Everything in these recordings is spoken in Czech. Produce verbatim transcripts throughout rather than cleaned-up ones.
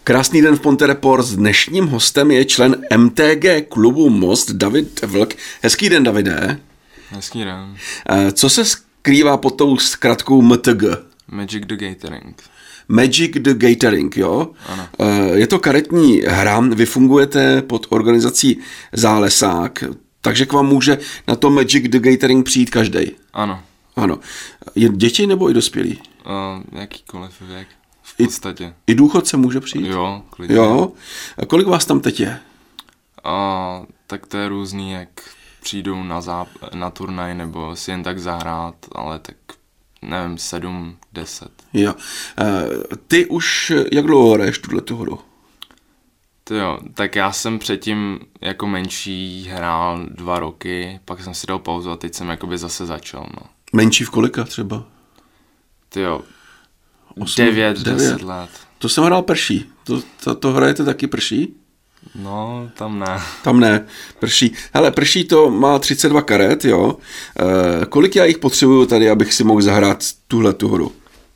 Krásný den v Ponte Report. S dnešním hostem je člen M T G klubu Most David Vlk. Hezký den, Davide. Hezký den. Co se skrývá pod tou zkratkou M T G? Magic the Gathering. Magic the Gathering, jo? Ano. Je to karetní hra, vy fungujete pod organizací Zálesák, takže k vám může na to Magic the Gathering přijít každej. Ano. Ano. Je děti nebo i dospělí? Uh, jakýkoliv věk. V podstatě. I, i důchodce může přijít? Jo, klidně. Jo. A kolik vás tam teď je? Uh, tak to je různý, jak přijdou na, záp- na turnaj nebo si jen tak zahrát, ale tak nevím, sedm, deset. Jo. Ty už jak dlouho hraješ tuto hru? To jo, tak já jsem předtím jako menší hrál dva roky, pak jsem si dal pauzu a teď jsem jakoby zase začal, no. Menší v kolika třeba? Ty jo, devět, deset let. To jsem hrál prší. To, to, to hrajete taky prší? No, tam ne. Tam ne, prší. Hele, prší to má třicet dva karet, jo. E, kolik já jich potřebuju tady, abych si mohl zahrát tuhle tu hru?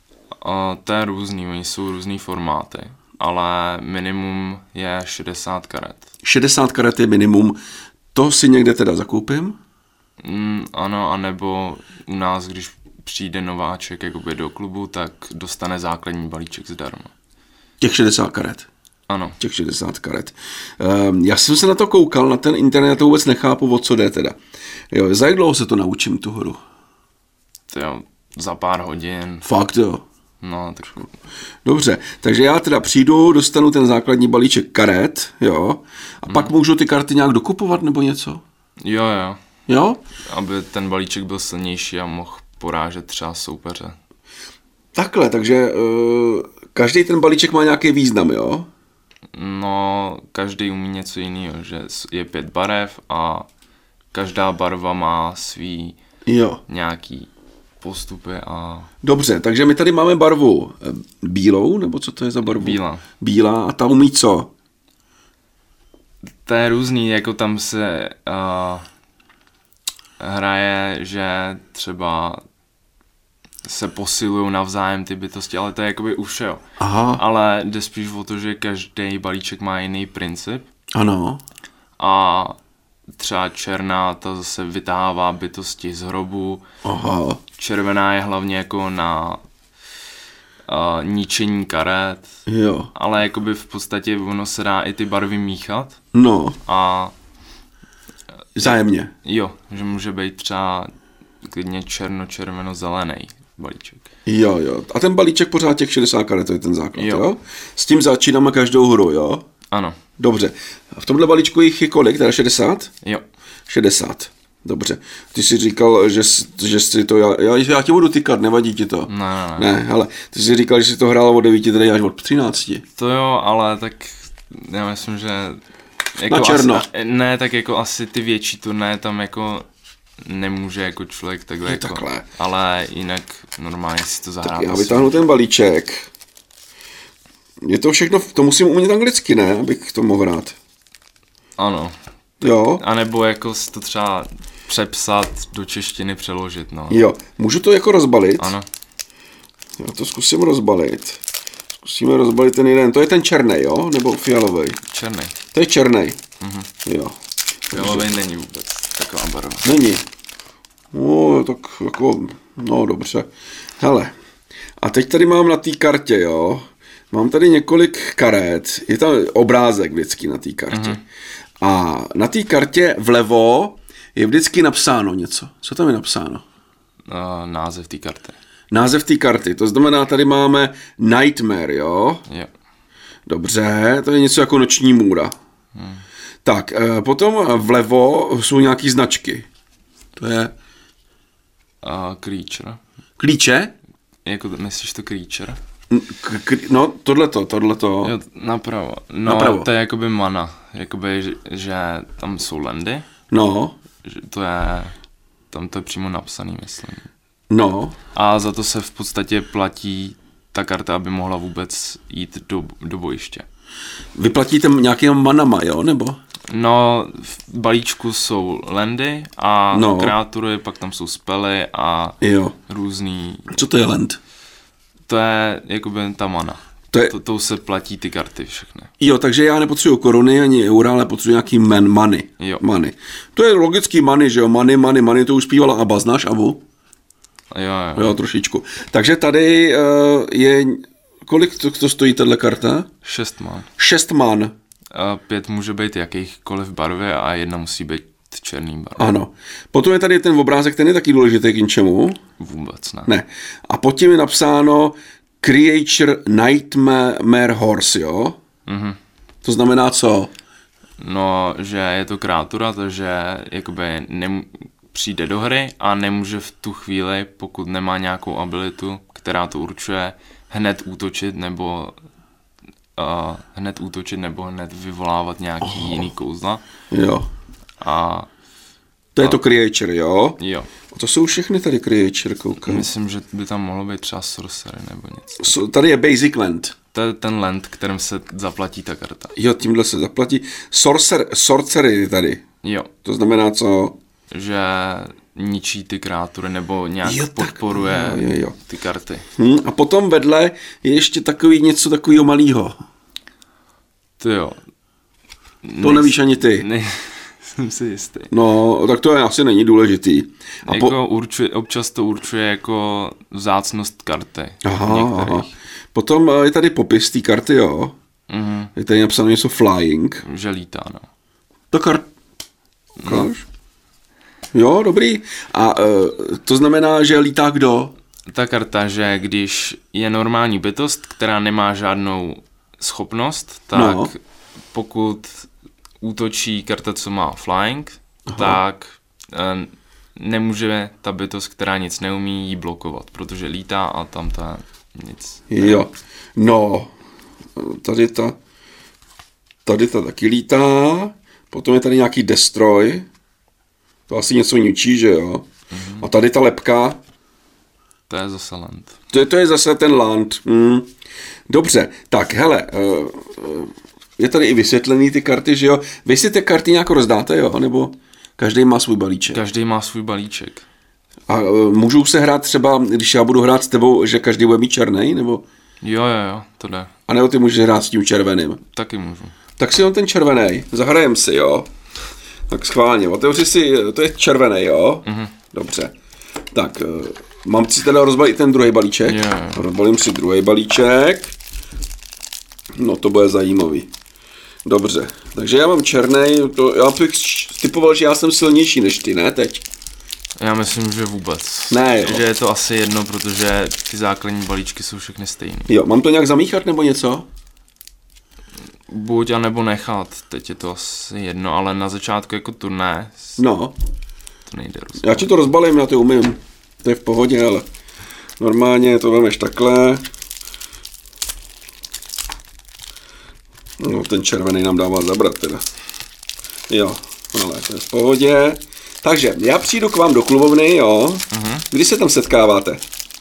O, to je různý, oni jsou různý formáty, ale minimum je šedesát karet. šedesát karet je minimum. To si někde teda zakoupím? Mm, ano, anebo u nás, když přijde nováček jakoby do klubu, tak dostane základní balíček zdarma. Těch šedesát karet? Ano. Těch šedesát karet. Um, já jsem se na to koukal, na ten internet, to vůbec nechápu, o co jde teda. Jo, za jak dlouho se to naučím, tu hru? To jo, za pár hodin. Fakt jo. No, tak... Dobře, takže já teda přijdu, dostanu ten základní balíček karet, jo, a hmm. pak můžu ty karty nějak dokupovat nebo něco? Jo, jo. Jo? Aby ten balíček byl silnější a mohl porážet třeba soupeře. Takhle, takže uh, každý ten balíček má nějaký význam, jo? No, každý umí něco jiného, že je pět barev a každá barva má svý jo. nějaký postupy a... Dobře, takže my tady máme barvu bílou, nebo co to je za barvu? Bílá. Bílá a ta umí co? To je různý, jako tam se uh, hraje, že třeba se posilují navzájem ty bytosti, ale to je jakoby u všeho. Aha. Ale jde spíš o to, že každý balíček má jiný princip. Ano. A třeba černá, ta zase vytahává bytosti z hrobu. Aha. Červená je hlavně jako na uh, ničení karet. Jo. Ale jakoby v podstatě ono se dá i ty barvy míchat. No. A vzájemně. Jo, že může být třeba klidně černo-červeno-zelený balíček. Jo, jo. A ten balíček pořád těch šedesát karet, to je ten základ, jo? jo? S tím začínáme každou hru, jo? Ano. Dobře. V tomhle balíčku jich je kolik? Teda šedesát? Jo. šedesát. Dobře. Ty jsi říkal, že, že jsi to... Já, já, já ti budu tykat, nevadí ti to? Ne, ne, ne. Ne, hele, ty jsi říkal, že jsi to hrál od devíti, tady až od třinácti. To jo, ale tak já myslím, že... Jako na černo. Asi, ne, tak jako asi ty větší turnaje tam jako nemůže jako člověk takhle, jako, takhle. Ale jinak normálně si to zahrát. Tak já vytáhnu ten balíček. Je to všechno, to musím umět anglicky, ne, abych to mohl hrát. Ano. Jo. A nebo jako si to třeba přepsat do češtiny, přeložit, no. Jo, můžu to jako rozbalit? Ano. Já to zkusím rozbalit. Zkusíme rozbalit ten jeden, to je ten černý, jo, nebo fialový? Černý. To je černý. Mhm. Jo. Fialový Takže... není vůbec taková barva. Není. No, tak jako, no dobře. Hele, a teď tady mám na té kartě, jo, mám tady několik karet, je tam obrázek vždycky na té kartě. Mhm. A na té kartě vlevo je vždycky napsáno něco. Co tam je napsáno? Uh, název té karty. Název té karty, to znamená, tady máme Nightmare, jo? Jo. Dobře, to je něco jako noční můra. Hmm. Tak, potom vlevo jsou nějaký značky. To je... Uh, creature. Klíče? Jako, myslíš to creature? K- k- no, tohleto, tohleto. Jo, napravo. No, napravo. To je jakoby mana. Jakoby, že, že tam jsou landy. No. Že to je... Tam to je přímo napsaný, myslím. No. A za to se v podstatě platí ta karta, aby mohla vůbec jít do, do bojiště. Vy platíte nějakýma manama, jo, nebo? No, v balíčku jsou landy a no. kreatury, pak tam jsou spely a jo. různý... Co to je land? To je jakoby ta mana. To, je... to, to se platí ty karty všechny. Jo, takže já nepotřebuji koruny ani eura, ale potřebuji nějaký man, money. Jo. Money. To je logický money, že jo? Money, money, money, to už zpívala Abba. Znáš Abu? Jo, jo. Jo, trošičku. Takže tady uh, je... Kolik to, to stojí tahle karta? Šest man. Šest man. A pět může být jakýchkoliv barvě a jedna musí být černý barvě. Ano. Potom je tady ten obrázek, ten je taky důležitý k něčemu. Vůbec ne. Ne. A pod tím je napsáno Creature Nightmare Horse, jo? Mhm. To znamená co? No, že je to kreatura, takže jakoby nem- přijde do hry a nemůže v tu chvíli, pokud nemá nějakou abilitu, která to určuje, hned útočit nebo uh, hned útočit nebo hned vyvolávat nějaký oh. jiný kouzla. Jo. A to je a, to Creature, jo? Jo. A to jsou všechny tady Creature, koukám. Myslím, že by tam mohlo být třeba Sorcery nebo něco. So, tady je Basic Land. To je ten land, kterým se zaplatí ta karta. Jo, tímhle se zaplatí. Sorcer, sorcery tady. Jo. To znamená co? Že ničí ty kreatury nebo nějak jo, podporuje tak, jo, jo. ty karty. Hm, a potom vedle je ještě takový něco takového malýho. Ty jo. To nevíš ani ty. Ne, jsem si jistý. No, tak to je, asi není důležitý. A jako po... určuje, občas to určuje jako vzácnost karty. Aha, aha. Potom je tady popis té karty, jo. Mhm. Je tady napsáno něco flying. Že lítá, no. To kart... No. Jo, dobrý. A uh, to znamená, že lítá kdo? Ta karta, že když je normální bytost, která nemá žádnou schopnost, tak no. pokud útočí karta, co má flying, aha. tak uh, nemůže ta bytost, která nic neumí, jí blokovat, protože lítá a tam ta nic. Jo, no, tady ta, tady ta taky lítá, potom je tady nějaký destroy, to asi něco ničí, že jo, mm-hmm. A tady ta lepka. To je zase land. To je, to je zase ten land, mm. Dobře, tak hele, je tady i vysvětlený ty karty, že jo, vy si ty karty nějak rozdáte, jo, nebo každý má svůj balíček? Každý má svůj balíček. A uh, můžou se hrát třeba, když já budu hrát s tebou, že každý bude mít černý, nebo? Jo, jo, jo, to jde. A nebo ty můžeš hrát s tím červeným? Taky můžu. Tak si on ten červený, zahrajem si, jo? Tak schválně, otevři si, to je červený, jo? Mhm. Dobře. Tak, uh, mám si teda rozbalit ten druhý balíček? Jo, jo. Rozbalím si druhý balíček. No, to bude zajímavý. Dobře, takže já mám černý, to já bych typoval, že já jsem silnější než ty, ne teď? Já myslím, že vůbec. Ne, jo. Že je to asi jedno, protože ty základní balíčky jsou všechny stejné. Jo, mám to nějak zamíchat nebo něco? Buď a nebo nechat, teď je to asi jedno, ale na začátku jako turné. No. To nejde rozbalit. Já ti to rozbalím, já to umím. To je v pohodě, ale normálně to vemeš takhle. No, ten červený nám dává zabrat teda. Jo, ale to je v pohodě. Takže já přijdu k vám do klubovny, jo. Uh-huh. Kdy se tam setkáváte?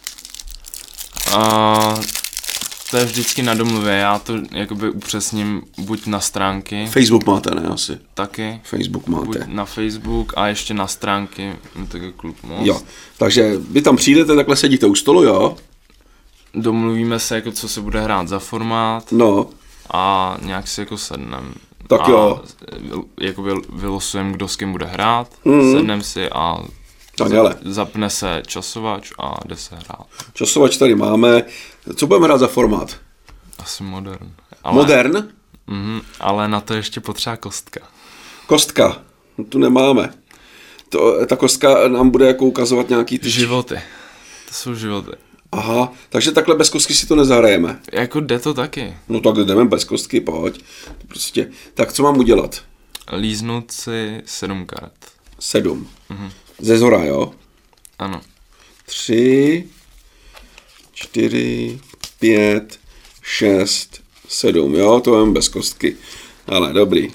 Uh, to je vždycky na domluvě, já to jakoby upřesním buď na stránky. Facebook máte, ne asi? Taky. Facebook máte. Buď na Facebook a ještě na stránky, taky Klub Most. Jo, takže vy tam přijdete, takhle sedíte u stolu, jo. Domluvíme se, jako co se bude hrát za formát. No. A nějak si jako sednem. Tak a jo. Jakoby vylosujeme, kdo s kým bude hrát, mm. sednem si a tak, za, zapne se časovač a jde se hrát. Časovač tady máme. Co budeme hrát za formát? Asi modern. Ale, modern? Mhm, ale na to ještě potřeba kostka. Kostka? No, tu nemáme. To, ta kostka nám bude jako ukazovat nějaký ty... Životy. To jsou životy. Aha, takže takhle bez kostky si to nezahrajeme. Jako jde to taky. No tak jdeme bez kostky, pojď. Prostě. Tak co mám udělat? Líznout si sedm karet. Sedm. Mhm. Ze zhora, jo? Ano. Tři, čtyři, pět, šest, sedm, jo? To mám bez kostky. Ale dobrý.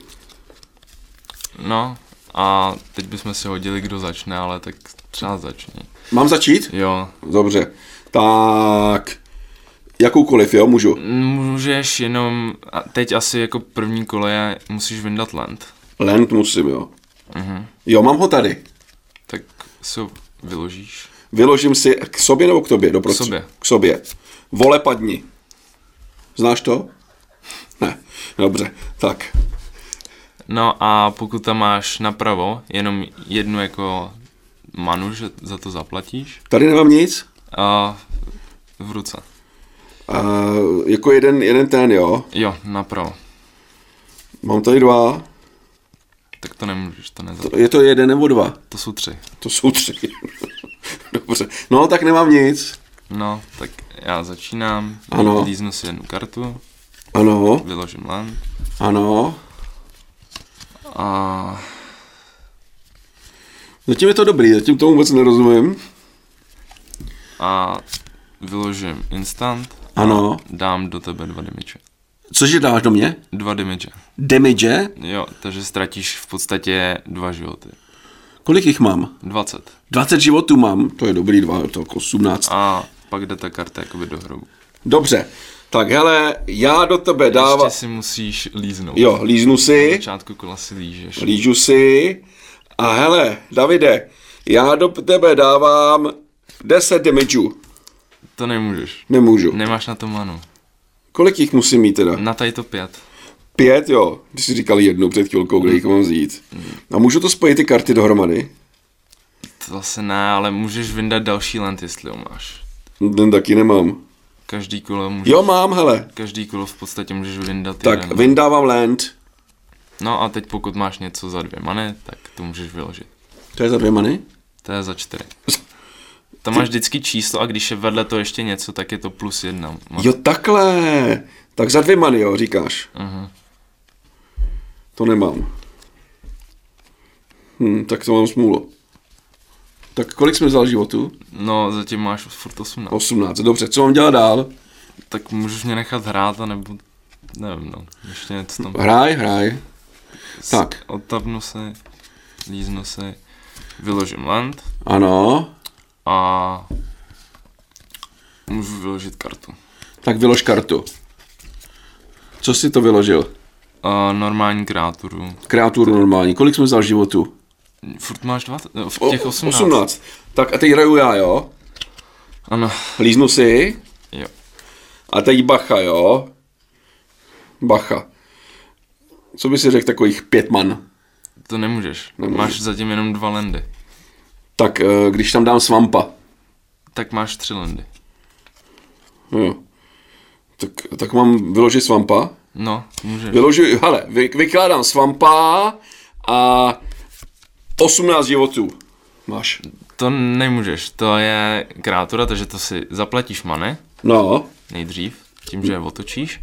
No a teď bychom si hodili, kdo začne, ale tak třeba začni. Mám začít? Jo. Dobře. Tak, jakoukoliv, jo, můžu? Můžeš jenom, teď asi jako první kole musíš vyndat land. Land musím, jo. Mhm. Jo, mám ho tady. Tak si ho vyložíš. Vyložím si k sobě nebo k tobě? Do k sobě. K sobě. Vole padni. Znáš to? Ne. Dobře, tak. No a pokud tam máš napravo jenom jednu jako manu, že za to zaplatíš. Tady nemám nic? A v ruce. A jako jeden, jeden ten, jo? Jo, napravo. Mám tady dva. Tak to nemůžeš, to nezaplatíš. Je to jeden nebo dva? To jsou tři. To jsou tři. Dobře. No, tak nemám nic. No, tak já začínám. Ano. Líznu si jednu kartu. Ano. Vyložím land. Ano. A Zatím je to dobrý, zatím tomu vůbec nerozumím. a vyložím instant. Ano. A dám do tebe dva damage. Cože dáš do mě? Dva damage. Damage? Jo, takže ztratíš v podstatě dva životy. Kolik jich mám? dvacet. dvacet životů mám, to je dobrý, dva, to jako osmnáct. A pak jde ta karta jakoby do hrobu. Dobře, tak hele, já do tebe dávám... Ještě si musíš líznout. Jo, líznu Na si, začátku kola si lížeš. lížu si a hele, Davide, já do tebe dávám deset damageů. To nemůžeš. Nemůžu. Nemáš na to manu. Kolik jich musím mít teda? Na tady to pět. Pět, jo. Ty jsi říkal jednu před chvilkou, kde jich mám vzít. A můžu to spojit ty karty dohromady? To zase ne, ale můžeš vyndat další land, jestli ho máš. Ten taky nemám. Každý kolo můžeš, Jo, mám, hele. každý kolo v podstatě můžeš vyndat Tak jeden. vyndávám land. No a teď pokud máš něco za dvě many, tak to můžeš vyložit. To je za dvě many? To je za čtyři. Tam máš vždycky číslo a když je vedle to ještě něco, tak je to plus jedna. Jo, takhle. Tak za dvě many, jo, říkáš. Uh-huh. To nemám. Hm, tak to mám smůlu. Tak kolik jsme vzal životů? No, zatím máš furt osmnáct. osmnáct, dobře, co mám dělat dál? Tak můžeš mě nechat hrát, anebo nevím, no, ještě něco tam. Hraj, hraj. Tak. Odtapnu si, líznu si, vyložím land Ano. a můžu vyložit kartu. Tak vylož kartu. Co jsi to vyložil? A normální kreaturu. Kreaturu normální. Kolik jsme vzal životů? Furt máš dvacet, v těch O, osmnáct. osmnáct. Tak a teď hraju já, jo? Ano, Líznu si. jo. A teď bacha, jo? Bacha. Co by si řekl takových pět man? To nemůžeš. Nemůžu. Máš zatím jenom dva landy. Tak eh, když tam dám svampa. Tak máš tři landy. Jo. Tak, tak mám vyložit svampa. No, můžeš. Vyložuji, hele, vy, vykládám svampa a osmnáct životů. Máš. To nemůžeš. To je kreatura, takže to si zaplatíš many No, nejdřív, tím, že je otočíš.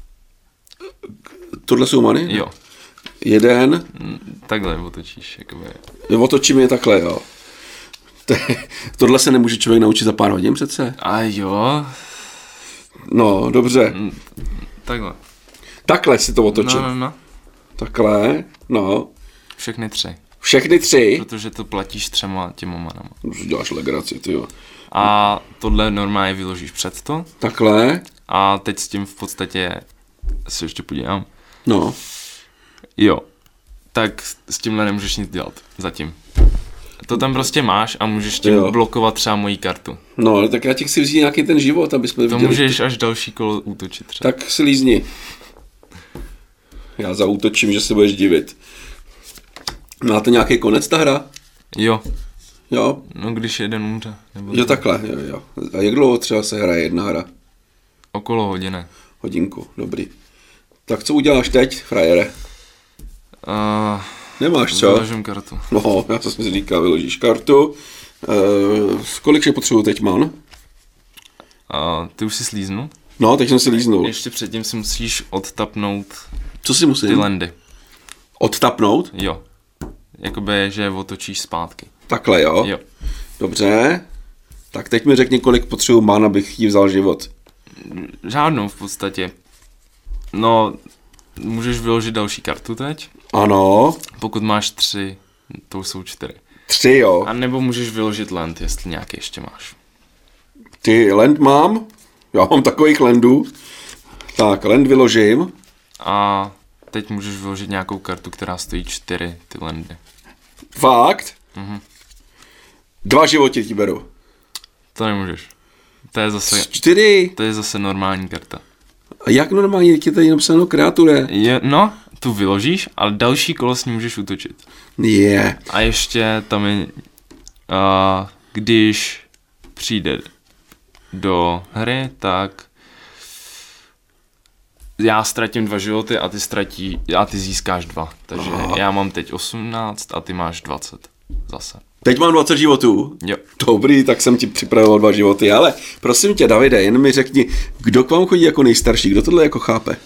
tohle jsou many? Jo. Jeden. Takhle otočíš, jakoby. Otočím je takhle, jo. Tohle se nemůže člověk naučit za pár hodin přece. A jo. No, dobře. Takhle. Takhle si to otočím. No, no, no. Takhle, no. Všechny tři. Všechny tři. Protože to platíš třema těma manama. Už děláš legraci, ty jo. A tohle normálně vyložíš před to. Takhle, A teď s tím v podstatě se ještě podívám. no. Jo. Tak s tímhle nemůžeš nic dělat. Zatím. To tam prostě máš a můžeš tím Jo. blokovat třeba moji kartu. No, ale tak já ti chci vzít nějaký ten život, aby jsme To viděli. můžeš až další kolo útočit třeba. Tak si lízni. Já zaútočím, že se budeš divit. Máte nějaký konec ta hra? Jo. Jo? No když jeden umře. Nebo Jo, takhle, jo, jo. A jak dlouho třeba se hraje jedna hra? okolo hodiny. Hodinku, dobrý. Tak co uděláš teď, frajere? Uh, Nemáš co? Vyložím kartu. No, já jsem si říkal, vyložíš kartu. Uh, kolik je potřebuji teď, man? Uh, ty už si slíznu. No, teď jsem si líznul. Ještě předtím si musíš odtapnout Co si musím? ty landy. Odtapnout? Jo. Jakoby, že otočíš zpátky. Takhle, jo? Jo. Dobře. Tak teď mi řekni, kolik potřebuji man, abych jí vzal život. Žádnou v podstatě. No, můžeš vyložit další kartu teď. Ano. Pokud máš tři, to už jsou čtyři. Tři, jo. A nebo můžeš vyložit land, jestli nějaký ještě máš. Ty land mám. Já mám takových landů. Tak, land vyložím. A teď můžeš vyložit nějakou kartu, která stojí čtyři ty landy. Fakt? Mhm. Dva životy ti beru. To nemůžeš. To je zase, Čtyři. to je zase normální karta. A jak normálně, jak je tady napsáno kreature? Je, no, tu vyložíš, ale další kolo s ní můžeš útočit. Je. Yeah. A ještě tam je, uh, když přijde do hry, tak já ztratím dva životy a ty ztratí, a ty získáš dva. Takže Aha. já mám teď osmnáct a ty máš dvacet zase. Teď mám dvacet životů? Jo. Dobrý, tak jsem ti připravil dva životy, ale prosím tě, Davide, jen mi řekni, kdo k vám chodí jako nejstarší, kdo tohle jako chápe?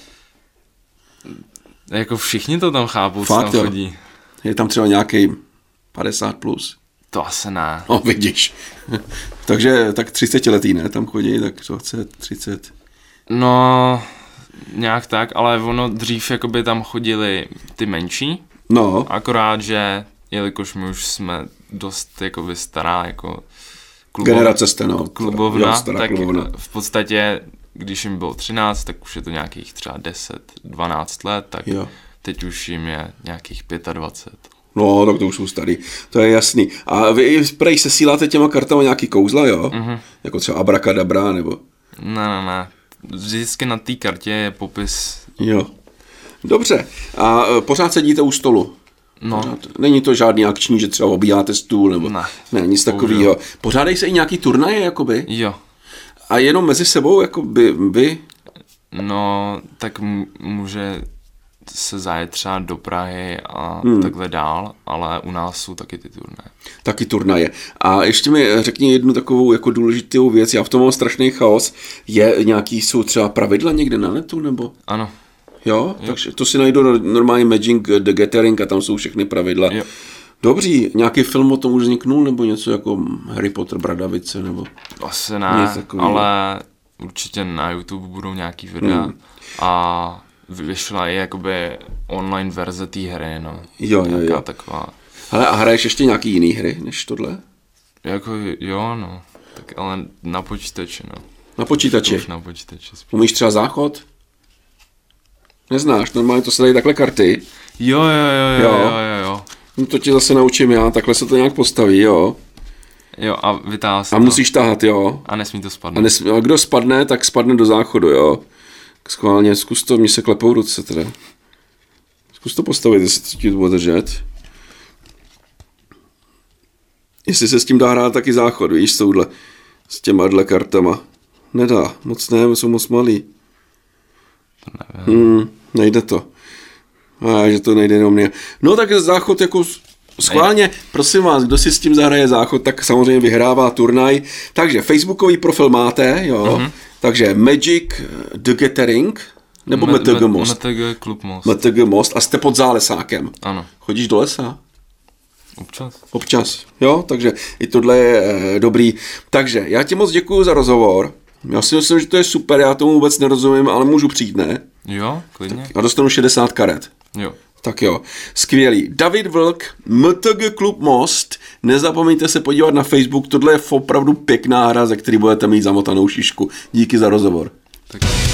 Jako všichni to tam chápou, co tam jo. chodí. Je tam třeba nějaký padesát plus? To asi ne. No, vidíš. Takže tak třicetiletý, ne? Tam chodí, tak dvacet, třicet. No, nějak tak, ale ono dřív jakoby tam chodili ty menší. No. Akorát, že jelikož my už jsme dost jakoby stará jako klubov, generace jste, no. klubovna, jo, stará tak klubovna. v podstatě, když jim bylo třináct, tak už je to nějakých třeba deset, dvanáct let, tak jo. Teď už jim je nějakých dvacet pět. No, tak to už jsou starý, to je jasný. A vy prej se síláte těma kartama nějaký kouzla, jo? Mm-hmm. Jako třeba abrakadabra, nebo? Ne, ne, ne. Vždycky na té kartě je popis. Jo. Dobře. A pořád sedíte u stolu? No. Pořád. Není to žádný akční, že třeba obíjáte stůl, nebo? Ne. Ne, nic takového. Pořádají se i nějaký turnaje, jakoby? Jo. A jenom mezi sebou, jako by, vy? No, tak m- může se zajet třeba do Prahy a hmm. takhle dál, ale u nás jsou taky ty turnaje. Taky turnaje. A ještě mi řekni jednu takovou jako důležitou věc, já v tom mám strašný chaos. Je nějaký, jsou třeba pravidla někde na netu, nebo? Ano. Jo? Jo. Takže to si najdu normálně Magic the Gathering a tam jsou všechny pravidla. Jo. Dobří, nějaký film o tom už vzniknul, nebo něco jako Harry Potter, Bradavice, nebo? Asi ne, ale určitě na YouTube budou nějaký videa hmm. a vyšla i jakoby online verze té hry, no. Jo, jo, jo. Taková. Hele, a hraješ ještě nějaký jiný hry než tohle? Jako jo, no. Tak ale na počítači, no. Na počítači? Už na počítači. Spíš. Umíš třeba záchod? Neznáš, normálně to se dají takhle karty. Jo, jo, jo, jo, jo, jo, jo. No to ti zase naučím já, takhle se to nějak postaví, jo. Jo, a vytáhl se A to. musíš tahat, jo. A nesmí to spadnout. A, nesmí, a kdo spadne, tak spadne do záchodu, jo. Schválně, zkus to, mě se klepou ruce teda. Zkus to postavit, jestli to ti bude držet. Jestli se s tím dá hrát taky záchod, víš, s touhle, s těma dle kartama. Nedá, moc ne, jsou moc malý. To nevím. Hmm, nejde to. A že to nejde jenom mě. No tak záchod jako schválně, nejde. Prosím vás, kdo si s tím zahraje záchod, tak samozřejmě vyhrává turnaj. Takže facebookový profil máte, jo. Mm-hmm. Takže Magic the Gathering, nebo M T G Most. M T G Klub Most. M T G Most a jste pod zálesákem. Ano. Chodíš do lesa? Občas. Občas, jo, takže i tohle je e, dobrý. Takže já ti moc děkuju za rozhovor. Já si myslím, že to je super, já tomu vůbec nerozumím, ale můžu přijít, ne? Jo, klidně. Tak a dostanu šedesát karet. Jo. Tak jo, skvělý. David Vlk, M T G Klub Most. Nezapomeňte se podívat na Facebook, tohle je opravdu pěkná hra, ze který budete mít zamotanou šišku. Díky za rozhovor. Tak.